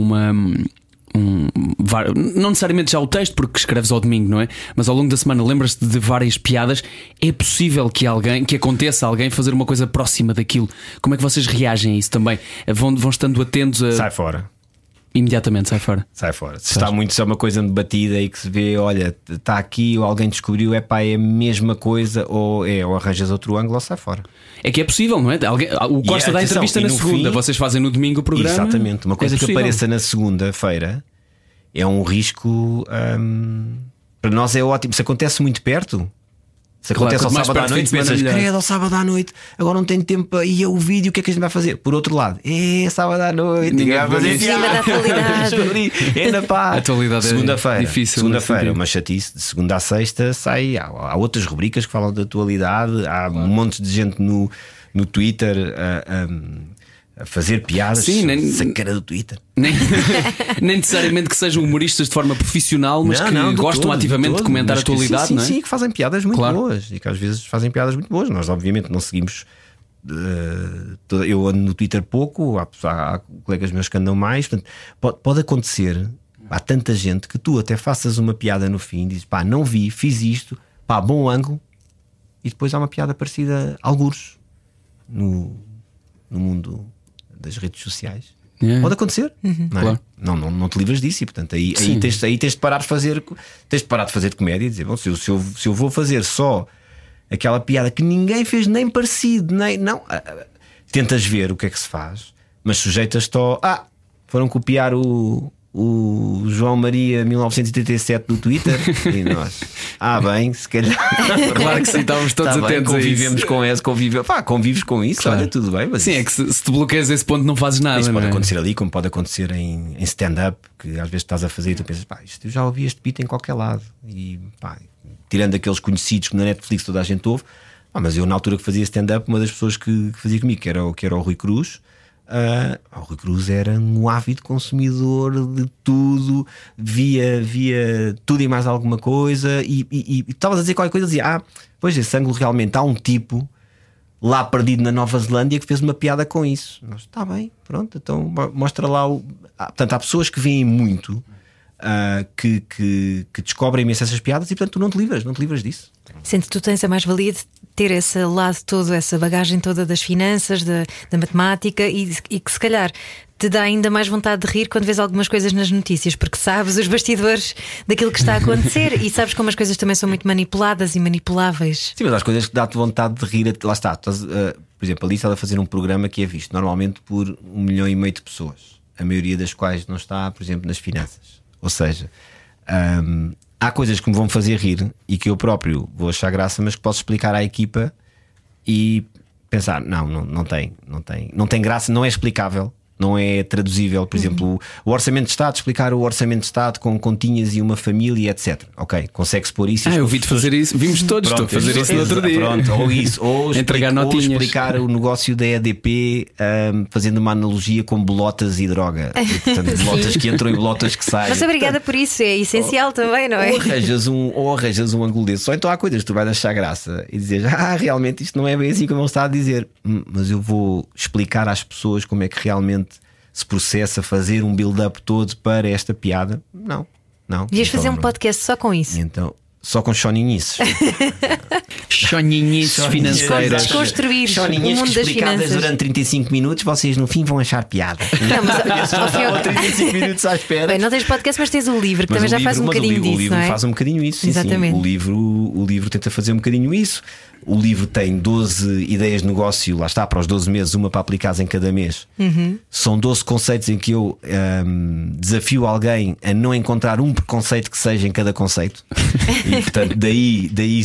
não necessariamente já o texto, porque escreves ao domingo, não é? Mas ao longo da semana lembras-te de várias piadas. É possível que aconteça alguém fazer uma coisa próxima daquilo. Como é que vocês reagem a isso também? Vão estando atentos a... Sai fora. Imediatamente sai fora. Se está muito só uma coisa debatida e que se vê, olha, está aqui ou alguém descobriu, é a mesma coisa, ou arranjas outro ângulo ou sai fora. É que é possível, não é? O Costa dá a entrevista na segunda, vocês fazem no domingo o programa. Exatamente. Uma coisa que apareça na segunda-feira é um risco. Para nós é ótimo. Se acontece muito perto, se acontece ao sábado à noite, pensas: credo, ao sábado à noite, agora não tenho tempo para ir ao vídeo, o que é que a gente vai fazer? Por outro lado, sábado à noite, ninguém vai fazer cima da atualidade. É na paz. A atualidade segunda-feira, é difícil. Segunda-feira, uma chatice. De segunda a sexta sai. Há outras rubricas que falam de atualidade. Há um monte de gente no Twitter a fazer piadas. Sim, sem cara do Twitter. Nem necessariamente que sejam humoristas de forma profissional, mas que gostam ativamente de comentar a atualidade, não é? Sim, que fazem piadas muito boas e que às vezes fazem piadas muito boas. Nós, obviamente, não seguimos. Eu ando no Twitter pouco, há colegas meus que andam mais. Portanto, pode acontecer. Há tanta gente que tu até faças uma piada no fim, dizes: não vi, fiz isto, bom ângulo, e depois há uma piada parecida, algures, no mundo das redes sociais. Pode acontecer, não é? Claro. Não te livras disso, e portanto aí tens de parar de fazer de comédia e dizer: bom, se eu vou fazer só aquela piada que ninguém fez nem parecido, tentas ver o que é que se faz, mas sujeitas-te foram copiar o João Maria 1987 do Twitter e nós, bem, se calhar. Claro que sim, estávamos todos atentos. Convivemos com isso. Convives com isso, claro. Olha, tudo bem. Mas sim, é que se te bloqueias a esse ponto não fazes nada. Isso pode acontecer ali, como pode acontecer em stand-up, que às vezes estás a fazer e tu pensas: isto eu já ouvi este beat em qualquer lado. E tirando aqueles conhecidos que na Netflix toda a gente ouve, mas eu na altura que fazia stand-up, uma das pessoas que fazia comigo, que era o Rui Cruz. O Rui Cruz era um ávido consumidor de tudo, via tudo e mais alguma coisa, e estavas a dizer qualquer coisa, dizia: pois esse ângulo realmente há um tipo lá perdido na Nova Zelândia que fez uma piada com isso. Está bem, pronto, então mostra lá. Portanto, há pessoas que veem muito que descobrem imenso essas piadas e portanto tu não te livras disso. Sente que tu tens a mais-valia de ter esse lado todo, essa bagagem toda das finanças, da matemática e que se calhar te dá ainda mais vontade de rir quando vês algumas coisas nas notícias, porque sabes os bastidores daquilo que está a acontecer e sabes como as coisas também são muito manipuladas e manipuláveis. Sim, mas as coisas que dá-te vontade de rir, lá está. Por exemplo, ali está a fazer um programa que é visto normalmente por 1,5 milhão de pessoas, a maioria das quais não está, por exemplo, nas finanças. Ou seja, há coisas que me vão fazer rir e que eu próprio vou achar graça, mas que posso explicar à equipa e pensar: não tem graça, não é explicável. Não é traduzível, por exemplo, o Orçamento de Estado, explicar o Orçamento de Estado com continhas e uma família, etc. Ok, consegue-se pôr isso. Eu vi-te fazer isso, vimos todos, estou a fazer isso no outro dia. Pronto, ou explicar o negócio da EDP, fazendo uma analogia com bolotas e droga. E, portanto, bolotas que entram e bolotas que saem. Mas obrigada por isso, é essencial também, não é? Ou arranjas um ângulo desse. Ou então há coisas que tu vais achar graça e dizes: realmente isto não é bem assim como ele está a dizer. Mas eu vou explicar às pessoas como é que realmente se processa fazer um build-up todo para esta piada. Não. Devias fazer um podcast só com isso. Então, só com choninhices. Choninhices financeiras. Desconstruir o mundo que das explicadas finanças durante 35 minutos, vocês no fim vão achar piada. Não, mas ao fim 35 minutos à espera. Bem, não tens podcast, mas tens o livro, que também já faz um bocadinho disso. O livro não é? faz um bocadinho isso. Exatamente. Sim. O livro tenta fazer um bocadinho isso. O livro tem 12 ideias de negócio, lá está, para os 12 meses, uma para aplicar em cada mês. São 12 conceitos em que eu desafio alguém a não encontrar um preconceito que seja em cada conceito. E portanto, daí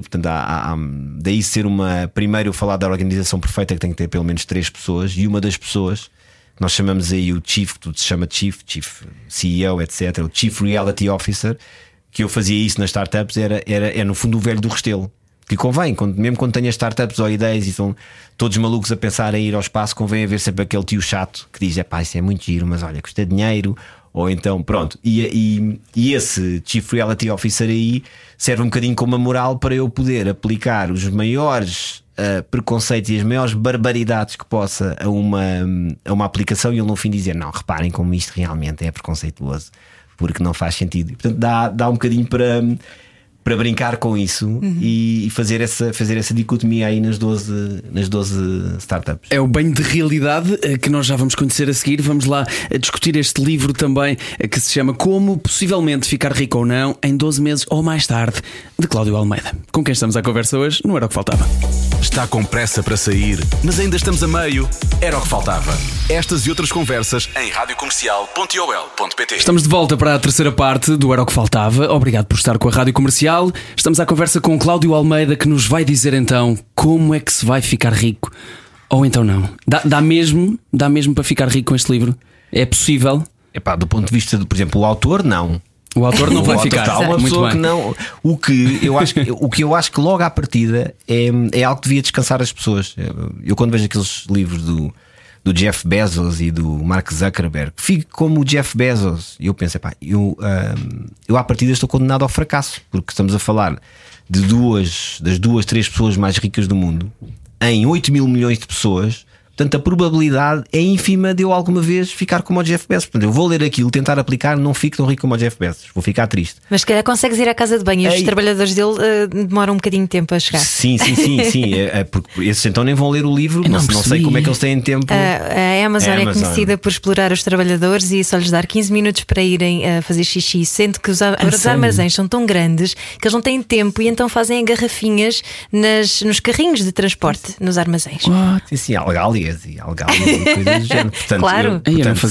ser uma. Primeiro, eu falar da organização perfeita, que tem que ter pelo menos 3 pessoas, e uma das pessoas, nós chamamos aí o Chief, que tudo se chama Chief CEO, etc., o Chief Reality Officer, que eu fazia isso nas startups, era no fundo o velho do Restelo. Que convém, mesmo quando tenhas startups ou ideias e estão todos malucos a pensar em ir ao espaço, convém haver sempre aquele tio chato que diz: isso é muito giro, mas olha, custa dinheiro. Ou então, pronto. E esse Chief Reality Officer aí serve um bocadinho como uma moral para eu poder aplicar os maiores preconceitos e as maiores barbaridades que possa a uma aplicação, e ele no fim dizer: não, reparem como isto realmente é preconceituoso, porque não faz sentido. E, portanto, dá um bocadinho para brincar com isso e fazer essa dicotomia aí nas 12 startups. É o banho de realidade que nós já vamos conhecer a seguir. Vamos lá discutir este livro também, que se chama Como Possivelmente Ficar Rico ou Não em 12 meses ou mais tarde, de Cláudio Almeida, com quem estamos à conversa hoje. Não era o que faltava. Está com pressa para sair, mas ainda estamos a meio? Era o que faltava. Estas e outras conversas em radiocomercial.ol.pt. Estamos de volta para a terceira parte do Era o que Faltava. Obrigado por estar com a Rádio Comercial. Estamos à conversa com Cláudio Almeida, que nos vai dizer então como é que se vai ficar rico ou então não. Dá mesmo para ficar rico com este livro? É possível? Do ponto de vista por exemplo, o autor, não. O autor não vai ficar. Há uma pessoa que não. O que eu acho que logo à partida é algo que devia descansar as pessoas. Eu quando vejo aqueles livros do Jeff Bezos e do Mark Zuckerberg, fico como o Jeff Bezos. E eu penso: eu à partida estou condenado ao fracasso, porque estamos a falar de das 3 pessoas mais ricas do mundo em 8 mil milhões de pessoas. Portanto, a probabilidade é ínfima de eu alguma vez ficar como o Jeff Bezos. Portanto, eu vou ler aquilo, tentar aplicar, não fico tão rico como o Jeff Bezos. Vou ficar triste. Mas se calhar consegues ir à casa de banho e os trabalhadores dele demoram um bocadinho de tempo a chegar. Sim. Porque esses então nem vão ler o livro. Não sei como é que eles têm tempo. A Amazon é conhecida por explorar os trabalhadores e só lhes dar 15 minutos para irem fazer xixi, sendo que os armazéns são tão grandes que eles não têm tempo e então fazem garrafinhas nos carrinhos de transporte nos armazéns. Sim, algálias e coisas do género. Portanto, claro.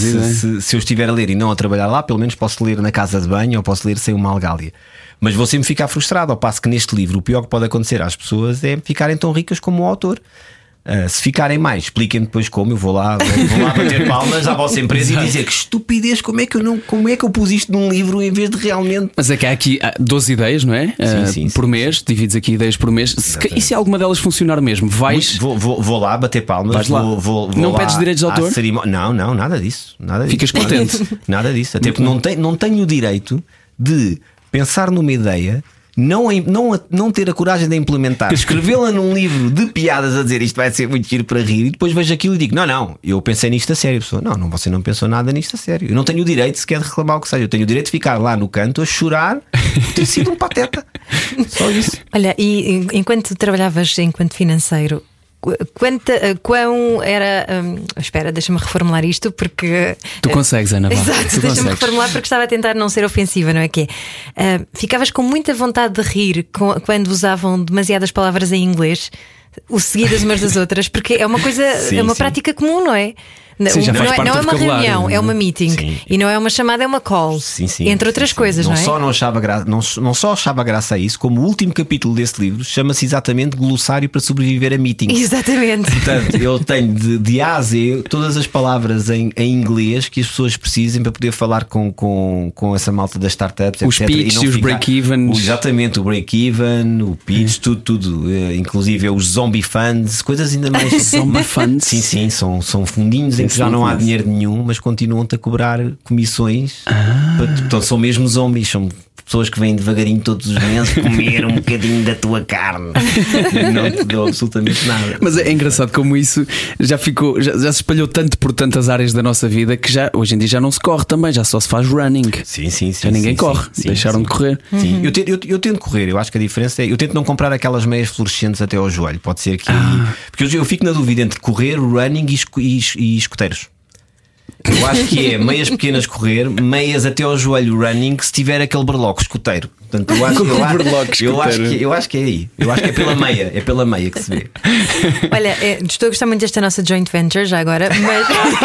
Se eu estiver a ler e não a trabalhar lá, pelo menos posso ler na casa de banho ou posso ler sem uma algália. Mas vou sempre ficar frustrado, ao passo que neste livro o pior que pode acontecer às pessoas é ficarem tão ricas como o autor. Se ficarem mais, expliquem depois como. Eu vou lá bater palmas à vossa empresa e dizer: que estupidez, como é que eu pus isto num livro em vez de realmente. Mas é que há aqui 12 ideias, não é? Sim, por mês, divides aqui ideias por mês. E se alguma delas funcionar mesmo? Vou lá bater palmas. Vou não lá pedes direitos de autor? Não, nada disso. Ficas contente? Nada disso. Até porque não tenho o direito de pensar numa ideia, não ter a coragem de implementar, escrevê-la num livro de piadas a dizer isto vai ser muito giro para rir, e depois vejo aquilo e digo: não, eu pensei nisto a sério. A pessoa: não, você não pensou nada nisto a sério. Eu não tenho o direito sequer de reclamar o que seja. Eu tenho o direito de ficar lá no canto a chorar por ter sido um pateta. Só isso. Olha, e enquanto trabalhavas enquanto financeiro, quão era. Espera, deixa-me reformular isto porque. Tu consegues, Ana. Exato, deixa-me reformular porque estava a tentar não ser ofensiva, não é que é? Ficavas com muita vontade de rir quando usavam demasiadas palavras em inglês, seguidas umas das outras, porque é uma coisa, é uma prática comum, não é? Sim, já faz parte não do é uma vocabulário, reunião, é uma meeting. Sim. E não é uma chamada, é uma call. Entre outras coisas, não é? Não só achava graça a isso, como o último capítulo desse livro chama-se exatamente Glossário para sobreviver a meetings. Exatamente. Portanto, eu tenho de A a Z todas as palavras em inglês que as pessoas precisem para poder falar com essa malta das startups, os etc. pitch e os break-evens. Exatamente, o break-even, o pitch, tudo. Inclusive os zombie funds, coisas ainda mais. Zombie funds? Sim, são fundinhos em que já não há dinheiro nenhum, mas continuam-te a cobrar comissões. Então são mesmo zombies, são pessoas que vêm devagarinho todos os meses comer um bocadinho da tua carne. Não te deu absolutamente nada. Mas é engraçado como isso já ficou, já se espalhou tanto por tantas áreas da nossa vida que já, hoje em dia já não se corre também, já só se faz running. Sim. Já ninguém corre, deixaram de correr. Sim. Eu tento correr, eu acho que a diferença é, eu tento não comprar aquelas meias fluorescentes até ao joelho. Pode ser que porque eu fico na dúvida entre correr, running e escoteiros. Eu acho que é meias pequenas correr, meias até ao joelho running, se tiver aquele berloco escoteiro. Portanto, eu acho que é aí. Eu acho que é pela meia que se vê. Olha, estou a gostar muito desta nossa joint venture já agora, mas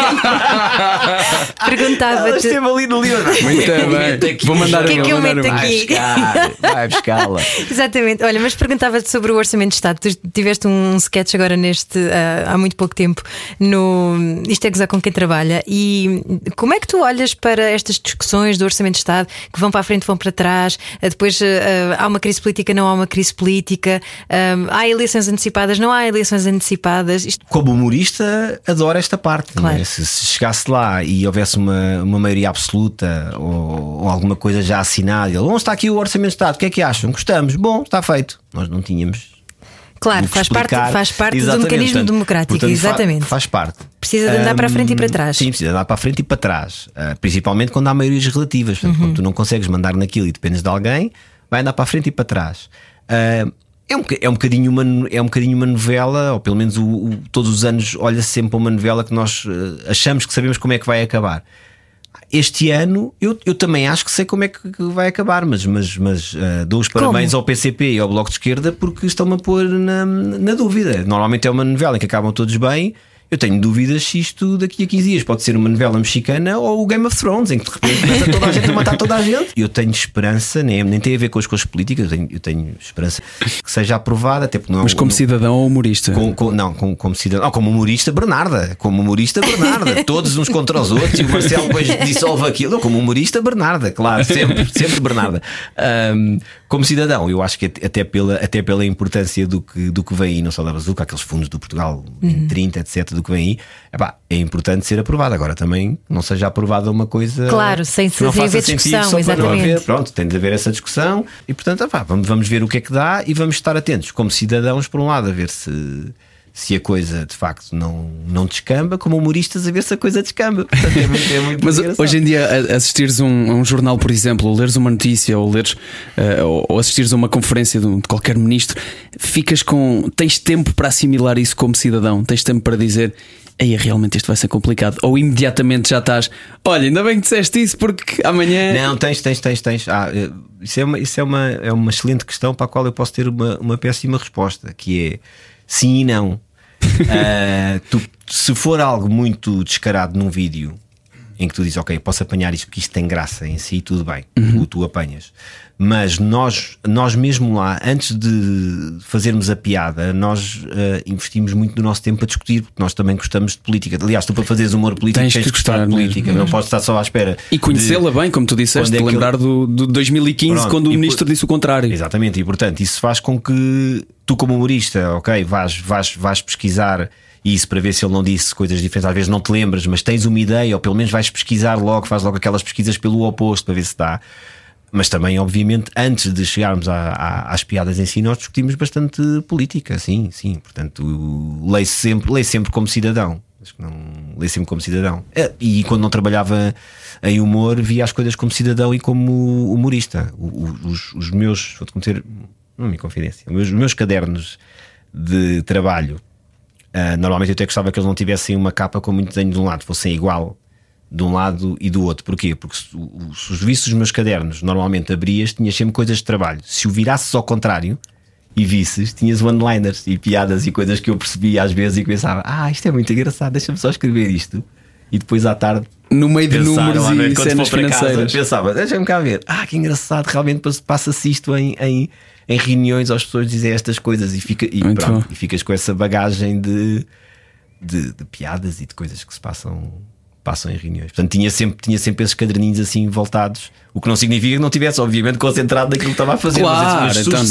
perguntava-te. Esteve ali no livro. Muito bem. Vou mandar o que é que eu meto aqui? Vai buscá-la. Exatamente. Olha, mas perguntava-te sobre o Orçamento de Estado. Tu tiveste um sketch agora há muito pouco tempo no Isto é Gozar com Quem Trabalha. E como é que tu olhas para estas discussões do Orçamento de Estado que vão para a frente, vão para trás? Depois há uma crise política, não há uma crise política, há eleições antecipadas, não há eleições antecipadas. Como humorista, adoro esta parte. Claro. Não é? Se chegasse lá e houvesse uma maioria absoluta ou alguma coisa já assinada, onde está aqui o Orçamento de Estado? O que é que acham? Gostamos? Bom, está feito. Nós não tínhamos. Claro, faz parte do mecanismo democrático. Portanto, exatamente. Faz parte. Precisa de andar para a frente e para trás. Sim, precisa de andar para a frente e para trás. Principalmente quando há maiorias relativas. Portanto, quando tu não consegues mandar naquilo e dependes de alguém, vai andar para a frente e para trás. É um bocadinho uma novela, ou pelo menos todos os anos olha-se sempre para uma novela que nós achamos que sabemos como é que vai acabar. Este ano eu também acho que sei como é que vai acabar, mas dou os parabéns ao PCP e ao Bloco de Esquerda porque estão-me a pôr na dúvida. Normalmente é uma novela em que acabam todos bem. Eu tenho dúvidas se isto daqui a 15 dias pode ser uma novela mexicana ou o Game of Thrones, em que de repente começa toda a gente a matar toda a gente. Eu tenho esperança, nem tem a ver com as coisas políticas, eu tenho esperança que seja aprovada, até porque não. Mas como cidadão ou humorista? Como cidadão, como humorista, Bernarda. Todos uns contra os outros, e o Marcelo depois dissolve aquilo. Como humorista, Bernarda, claro, sempre Bernarda. Como cidadão, eu acho que até pela importância do que vem aí, não só da Bazuca, aqueles fundos do Portugal 30, etc. do que vem aí, é importante ser aprovado. Agora também não seja aprovada uma coisa. Claro, sem haver discussão, exatamente. Pronto, tem de haver essa discussão e portanto vamos ver o que é que dá e vamos estar atentos como cidadãos, por um lado, a ver se a coisa de facto não descamba, como humoristas a ver se a coisa descamba. Portanto, é muito Mas engraçado. hoje em dia assistires a um jornal, por exemplo, ou leres uma notícia ou leres ou assistires a uma conferência de qualquer ministro, tens tempo para assimilar isso como cidadão, tens tempo para dizer aí realmente isto vai ser complicado, ou imediatamente já estás, olha, ainda bem que disseste isso porque amanhã. Não, tens. Isso é uma excelente questão para a qual eu posso ter uma péssima resposta, que é sim e não. Se for algo muito descarado num vídeo em que tu dizes, ok, posso apanhar isto porque isto tem graça em si, tudo bem, tu apanhas. Mas nós mesmo lá, antes de fazermos a piada, nós investimos muito do nosso tempo a discutir, porque nós também gostamos de política. Aliás, tu para fazeres humor político tens de gostar de política, não podes estar só à espera. E conhecê-la bem, como tu disseste, lembrar do 2015, pronto, quando o ministro disse o contrário. Exatamente, e portanto isso faz com que tu, como humorista, ok, vais pesquisar isso para ver se ele não disse coisas diferentes. Às vezes não te lembras, mas tens uma ideia, ou pelo menos vais pesquisar logo, faz logo aquelas pesquisas pelo oposto para ver se dá. Mas também, obviamente, antes de chegarmos às piadas em si, nós discutimos bastante política, sim. Portanto, leio sempre como cidadão. Acho que não leio sempre como cidadão. E quando não trabalhava em humor, via as coisas como cidadão e como humorista. Os meus, vou-te cometer uma minha confidência, os meus cadernos de trabalho, normalmente eu até gostava que eles não tivessem uma capa com muito desenho de um lado, fossem igual de um lado e do outro. Porquê? Porque se os visses os meus cadernos, normalmente abrias, tinhas sempre coisas de trabalho. Se o virasses ao contrário e visses, tinhas one-liners e piadas e coisas que eu percebia às vezes e que pensava, isto é muito engraçado, deixa-me só escrever isto. E depois à tarde, no meio de números e cenas financeiras, pensava, deixa-me cá ver, que engraçado, realmente passa-se isto em reuniões, as pessoas dizem estas coisas e ficas com essa bagagem de piadas e de coisas que se passam em reuniões. Portanto, tinha sempre esses caderninhos assim voltados, o que não significa que não estivesse, obviamente, concentrado naquilo que estava a fazer. Claro, mas então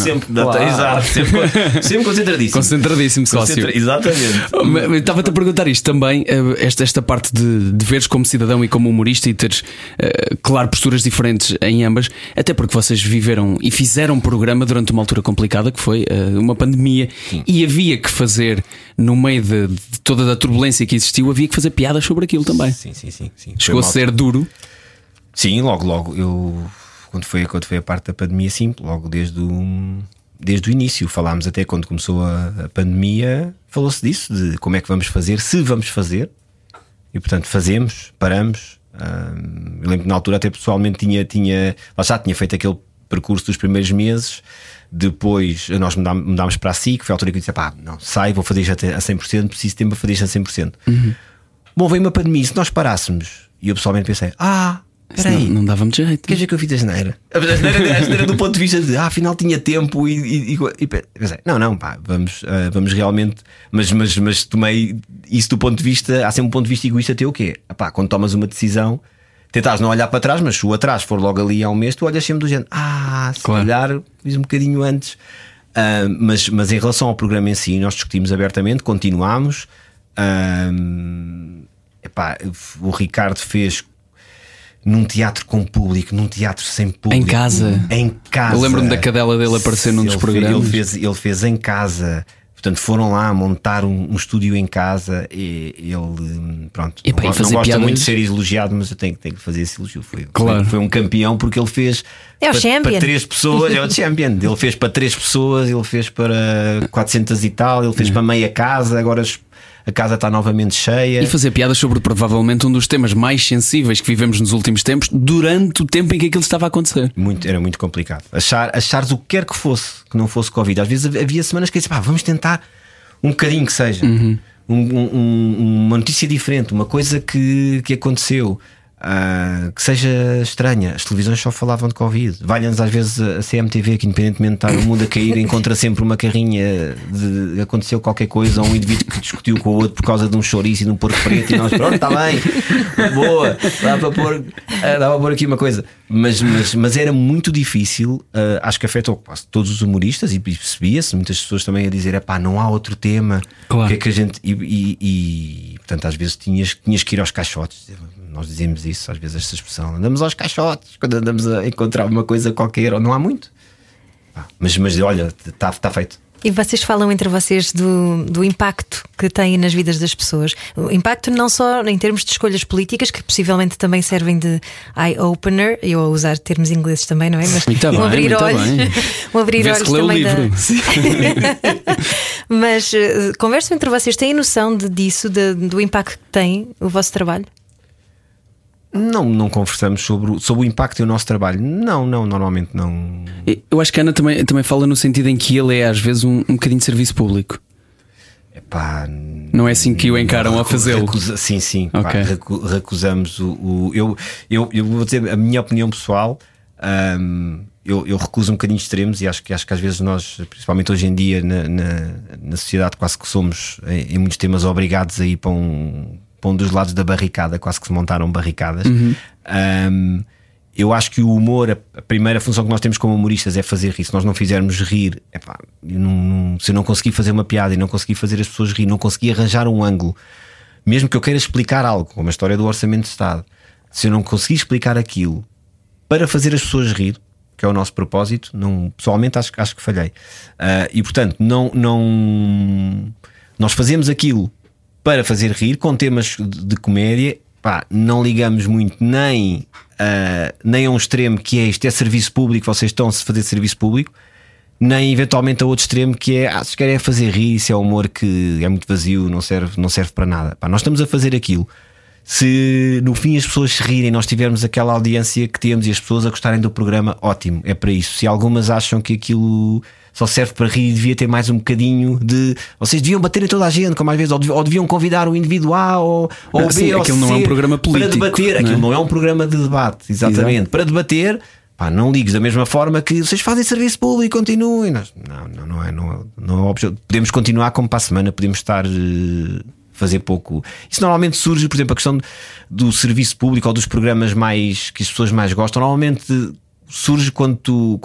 sempre concentradíssimo. Concentradíssimo, sócio. Exatamente. Estava-te a perguntar isto também, esta parte de veres como cidadão e como humorista e teres, claro, posturas diferentes em ambas, até porque vocês viveram e fizeram um programa durante uma altura complicada que foi uma pandemia. Sim. E havia que fazer, no meio de toda a turbulência que existiu, havia que fazer piadas sobre aquilo também. Sim. Chegou a ser duro. Sim, logo eu quando foi a parte da pandemia, sim, logo desde o início falámos, até quando começou a pandemia, falou-se disso, de como é que vamos fazer, se vamos fazer, e portanto paramos. Eu lembro que na altura até pessoalmente tinha feito aquele percurso dos primeiros meses. Depois nós mudámos para a SIC, foi a altura que eu disse, não, vou fazer isto a 100%, preciso de tempo para fazer isto a 100%. Bom, veio uma pandemia, se nós parássemos, e eu pessoalmente pensei, peraí, não dava muito jeito. Quer dizer que eu fiz a geneira? A geneira do ponto de vista de afinal tinha tempo e pensei, não, vamos realmente, mas tomei isso do ponto de vista, há sempre um ponto de vista egoísta teu, o quê? Quando tomas uma decisão, tentares não olhar para trás, mas se o atrás for logo ali há um mês, tu olhas sempre do género, se calhar fiz um bocadinho antes. Mas em relação ao programa em si, nós discutimos abertamente, continuámos. O Ricardo fez num teatro com público, num teatro sem público, em casa. Eu lembro-me da cadela dele aparecer num dos programas. Ele fez em casa. Portanto, foram lá montar um estúdio em casa e ele, pronto, não gosta muito de ser elogiado, mas eu tenho que fazer esse elogio. Foi um campeão, porque ele fez para 3 pessoas, é o champion. Ele fez para 3 pessoas, ele fez para 400 e tal, ele fez para meia casa, agora a casa está novamente cheia. E fazer piadas sobre provavelmente um dos temas mais sensíveis que vivemos nos últimos tempos, durante o tempo em que aquilo estava a acontecer. Era muito complicado. Achares o que quer que fosse, que não fosse Covid. Às vezes havia semanas que eu disse, vamos tentar um bocadinho que seja. Uma notícia diferente, uma coisa que aconteceu, que seja estranha. As televisões só falavam de Covid. Valha-nos às vezes a CMTV, que independentemente de estar o mundo a cair, encontra sempre uma carrinha de aconteceu qualquer coisa, ou um indivíduo que discutiu com o outro por causa de um chouriço e de um porco preto, e nós, pronto, está bem, boa, dá para pôr aqui uma coisa. Mas era muito difícil. Acho que afetou quase todos os humoristas, e percebia-se muitas pessoas também a dizer, não há outro tema. Claro. Que é que a gente. E portanto, às vezes tinhas que ir aos caixotes. Nós dizemos isso, às vezes, esta expressão, andamos aos caixotes quando andamos a encontrar uma coisa qualquer, ou não há muito. Mas olha, está feito. E vocês falam entre vocês do impacto que têm nas vidas das pessoas. O impacto não só em termos de escolhas políticas, que possivelmente também servem de eye-opener, eu a usar termos ingleses também, não é? Mas abrir olhos também Mas conversam entre vocês, têm noção disso, do impacto que tem o vosso trabalho? Não conversamos sobre o impacto do nosso trabalho. Não, normalmente não. Eu acho que a Ana também fala no sentido em que ele é às vezes um bocadinho de serviço público. Não é assim que o encaram a fazê-lo? Sim. Okay. Recusamos eu vou dizer a minha opinião pessoal. Eu recuso um bocadinho extremos, e acho que às vezes nós, principalmente hoje em dia na sociedade, quase que somos em muitos temas obrigados a ir para um dos lados da barricada, quase que se montaram barricadas. Eu acho que o humor, a primeira função que nós temos como humoristas é fazer rir. Se nós não fizermos rir, se eu não conseguir fazer uma piada e não conseguir fazer as pessoas rir, não conseguir arranjar um ângulo, mesmo que eu queira explicar algo, como a história do Orçamento de Estado, se eu não conseguir explicar aquilo para fazer as pessoas rir, que é o nosso propósito. Não, pessoalmente acho que falhei. E portanto, nós fazemos aquilo para fazer rir, com temas de comédia. Pá, não ligamos muito nem a um extremo que é isto é serviço público, vocês estão a fazer serviço público, nem eventualmente a outro extremo que é se querem fazer rir, isso é humor que é muito vazio, não serve para nada. Pá, nós estamos a fazer aquilo. Se no fim as pessoas se rirem, nós tivermos aquela audiência que temos e as pessoas a gostarem do programa, ótimo, é para isso. Se algumas acham que aquilo só serve para rir e devia ter mais um bocadinho de. Vocês deviam bater em toda a gente, como às vezes, ou deviam convidar o indivíduo A ou B sim, ou aquilo C não é um programa político para debater. Aquilo não é um programa de debate, exatamente. Exato. Para debater, pá, não ligues da mesma forma que vocês fazem serviço público e continuem. Não é o objetivo. Podemos continuar como para a semana, podemos estar. Fazer pouco. Isso normalmente surge, por exemplo, a questão do serviço público ou dos programas mais que as pessoas mais gostam. Normalmente surge quando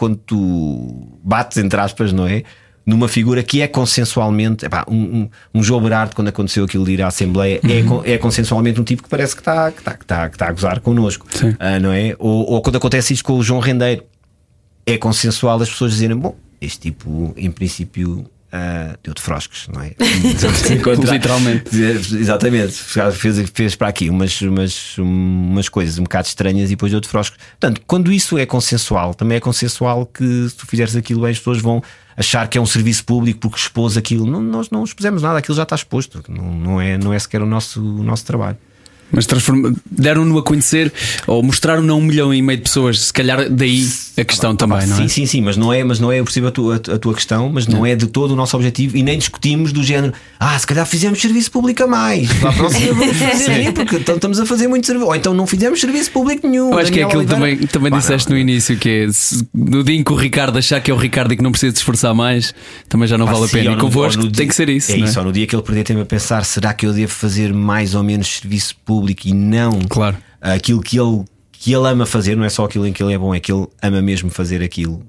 tu bates, entre aspas, não é? Numa figura que é consensualmente. Epá, um João Berardo, quando aconteceu aquilo de ir à Assembleia, é consensualmente um tipo que parece que está a gozar connosco, não é? Ou quando acontece isto com o João Rendeiro, é consensual as pessoas dizerem: bom, este tipo, em princípio. Deu de froscos, não é? Literalmente. Exatamente. Fez para aqui umas coisas um bocado estranhas e depois deu de froscos. Portanto, quando isso é consensual, também é consensual que se tu fizeres aquilo bem, as pessoas vão achar que é um serviço público porque expôs aquilo. Nós não expusemos nada, aquilo já está exposto. Não é sequer o nosso trabalho. Mas deram-no a conhecer ou mostraram-no a 1,5 milhão de pessoas. Se calhar daí a questão também, não é? Sim, mas não é eu percebo a tua questão, mas não é de todo o nosso objetivo. E nem discutimos do género: se calhar fizemos serviço público a mais, para a próxima vamos fazer, porque estamos a fazer muito serviço. Ou então não fizemos serviço público nenhum. Eu acho que é aquilo que também disseste no início, que é no dia em que o Ricardo achar que é o Ricardo e que não precisa de esforçar mais, também já não vale a pena. E convosco tem que ser isso. É isso, só no dia que ele perder tempo a pensar: será que eu devo fazer mais ou menos serviço público e não aquilo que ele ama fazer? Não é só aquilo em que ele é bom, é que ele ama mesmo fazer aquilo.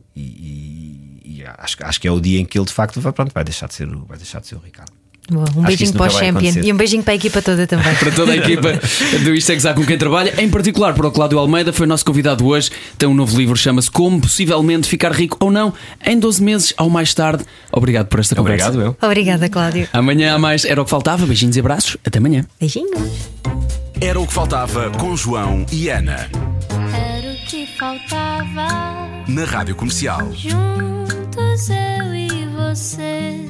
E acho que é o dia em que ele de facto vai deixar de ser o Ricardo. Boa, um beijinho para o Champion e um beijinho para a equipa toda também. Para toda a equipa do Isto é Gozar com quem trabalha, em particular para o Cláudio Almeida, foi o nosso convidado hoje. Tem um novo livro, chama-se Como Possivelmente Ficar Rico ou Não em 12 meses ou mais tarde. Obrigado por esta conversa. Obrigado, Obrigada, Cláudio. Amanhã há mais. Era o que faltava. Beijinhos e abraços. Até amanhã. Beijinhos. Era o que faltava com João e Ana. Era o que faltava. Na Rádio Comercial. Juntos eu e você.